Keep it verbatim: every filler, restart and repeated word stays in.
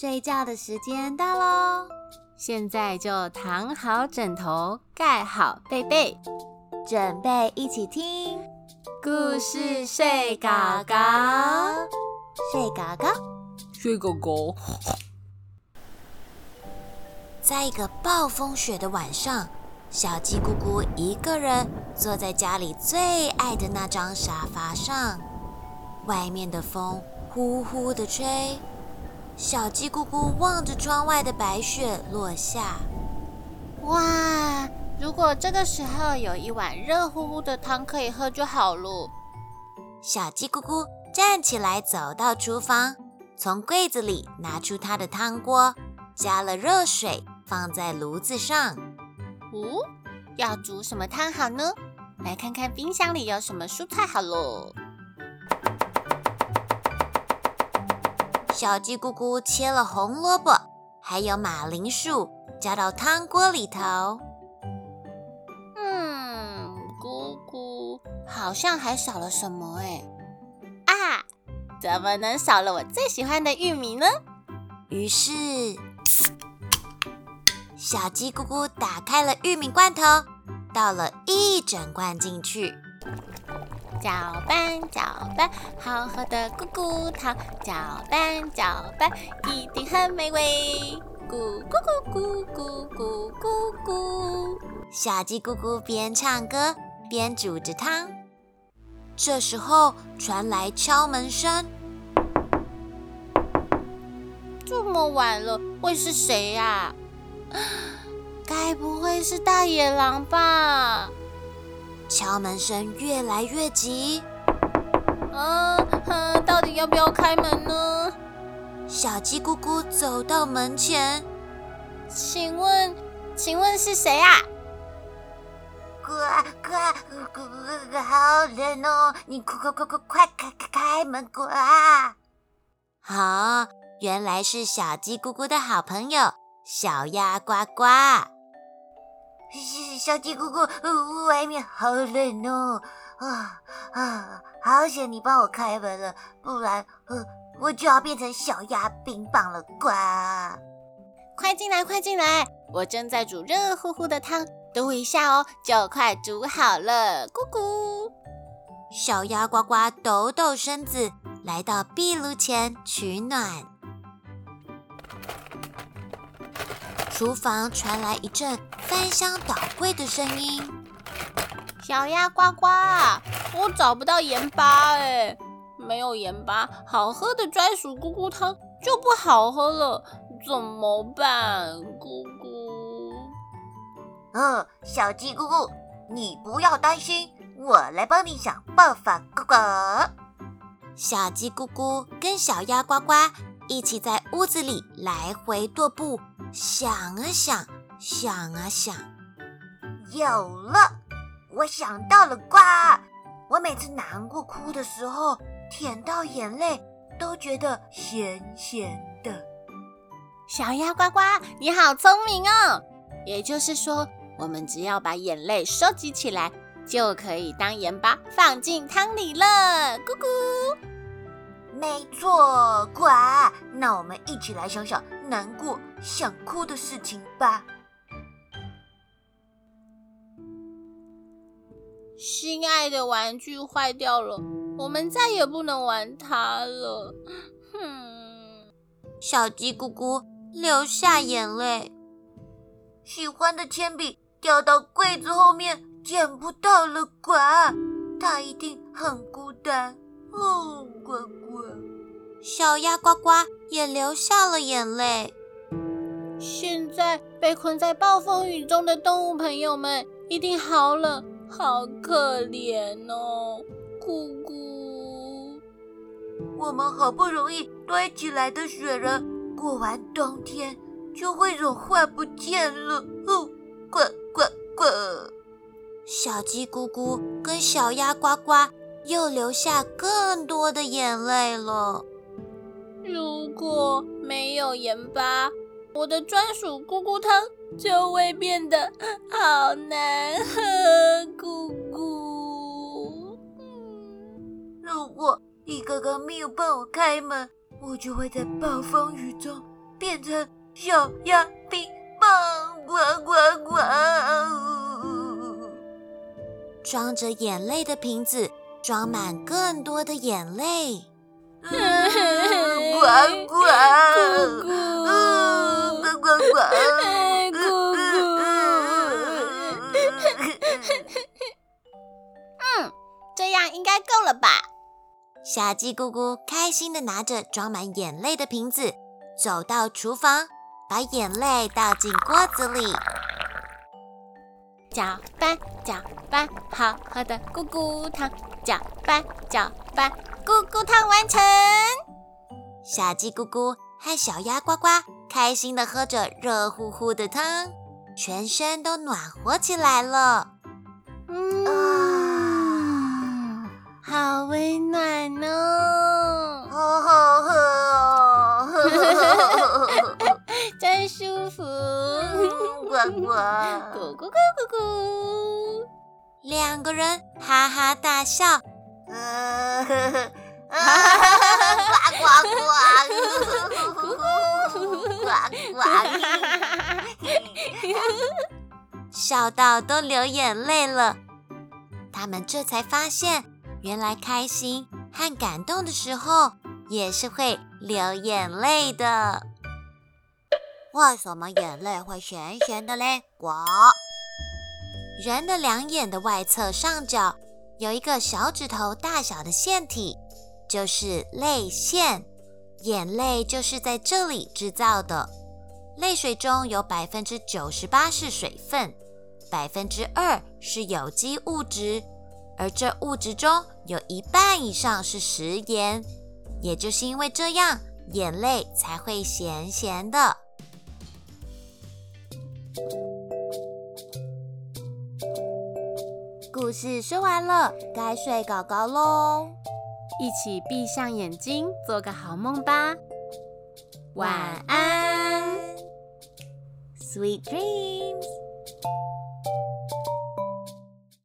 睡觉的时间到咯，现在就躺好枕头，盖好被被，准备一起听故事睡搞搞，睡搞搞， 睡狗狗。 在一个暴风雪的晚上，小鸡姑姑一个人坐在家里最爱的那张沙发上，外面的风呼呼地吹，小鸡姑姑望着窗外的白雪落下。 哇，如果这个时候有一碗热乎乎的汤可以喝就好了。 小鸡姑姑站起来走到厨房，从柜子里拿出她的汤锅，加了热水放在炉子上。 哦，要煮什么汤好呢？来看看冰箱里有什么蔬菜好咯。 小鸡姑姑切了红萝卜，还有马铃薯，加到汤锅里头。 嗯，姑姑好像还少了什么哎？啊，怎么能少了我最喜欢的玉米呢？ 于是，小鸡姑姑打开了玉米罐头，倒了一整罐进去。 搅拌搅拌，好喝的咕咕汤，搅拌搅拌，一定很美味。咕咕咕咕咕咕咕咕。 小鸡姑姑边唱歌边煮着汤。这时候传来敲门声。 这么晚了，会是谁呀？该不会是大野狼吧？ 敲门声越来越急。 嗯、呃、到底要不要开门呢？ 小鸡姑姑走到门前。 请问，请问是谁啊？ 呱呱呱，好冷哦！你快快快快快开开开门呱！好，原来是小鸡姑姑的好朋友小鸭呱呱。小鸡姑姑，外面好冷哦！啊啊，好险你帮我开门了，不然呃我就要变成小鸭冰棒了呱！ 快进来，快进来！我正在煮热乎乎的汤，等我一下哦，就快煮好了。咕咕！ 小鸭呱呱抖抖身子，来到壁炉前取暖。厨房传来一阵翻箱倒柜的声音。 小鸭呱呱，我找不到盐巴哎，没有盐巴，好喝的专属咕咕汤就不好喝了，怎么办？咕咕。 嗯，小鸡姑姑，你不要担心，我来帮你想办法。咕咕。小鸡姑姑跟小鸭呱呱一起在屋子里来回踱步，想啊想，想啊想。有了，我想到了呱！我每次难过哭的时候，舔到眼泪都觉得咸咸的。 小鸭呱呱，你好聪明哦！也就是说，我们只要把眼泪收集起来，就可以当盐巴放进汤里了。咕咕。 没错，呱！那我们一起来想想难过、想哭的事情吧。 心爱的玩具坏掉了，我们再也不能玩它了。哼， 小鸡姑姑流下眼泪。喜欢的铅笔掉到柜子后面，捡不到了，呱！它一定很孤单。哦，呱呱。小鸭呱呱也流下了眼泪。 现在被困在暴风雨中的动物朋友们一定好冷，好可怜哦，咕咕。 我们好不容易堆起来的雪人，过完冬天就会融化不见了。哦，呱呱呱。小鸡姑姑跟小鸭呱呱又流下更多的眼泪了。 如果没有盐巴，我的专属咕咕汤就会变得好难喝，咕咕。如果一个个没有帮我开门，我就会在暴风雨中变成小鸭冰棒，呱呱呱！装着眼泪的瓶子装满更多的眼泪。呱呱呱！呱呱呱！ 嗯，这样应该够了吧？ 小鸡姑姑开心地拿着装满眼泪的瓶子，走到厨房，把眼泪倒进锅子里。 搅拌搅拌，好喝的咕咕汤，搅拌搅拌，咕咕汤完成。 小鸡姑姑和小鸭呱呱开心地喝着热乎乎的汤，全身都暖和起来了。 嗯，啊、好温暖哦， 好好喝哦， 真舒服。 呱呱， 咕咕咕咕咕， 两个人哈哈大笑。呃呵呵呱呱呱，呱呱，笑到都流眼泪了。他们这才发现，原来开心和感动的时候，也是会流眼泪的。为什么眼泪会咸咸的嘞？呱！人的两眼的外侧上角有一个小指头大小的腺体，就是泪腺，眼泪就是在这里制造的。泪水中有 百分之九十八 是水分， 百分之二 是有机物质，而这物质中有一半以上是食盐，也就是因为这样，眼泪才会咸咸的。故事说完了，该睡搞搞咯。 一起闭上眼睛，做个好梦吧。晚安 ，Sweet dreams。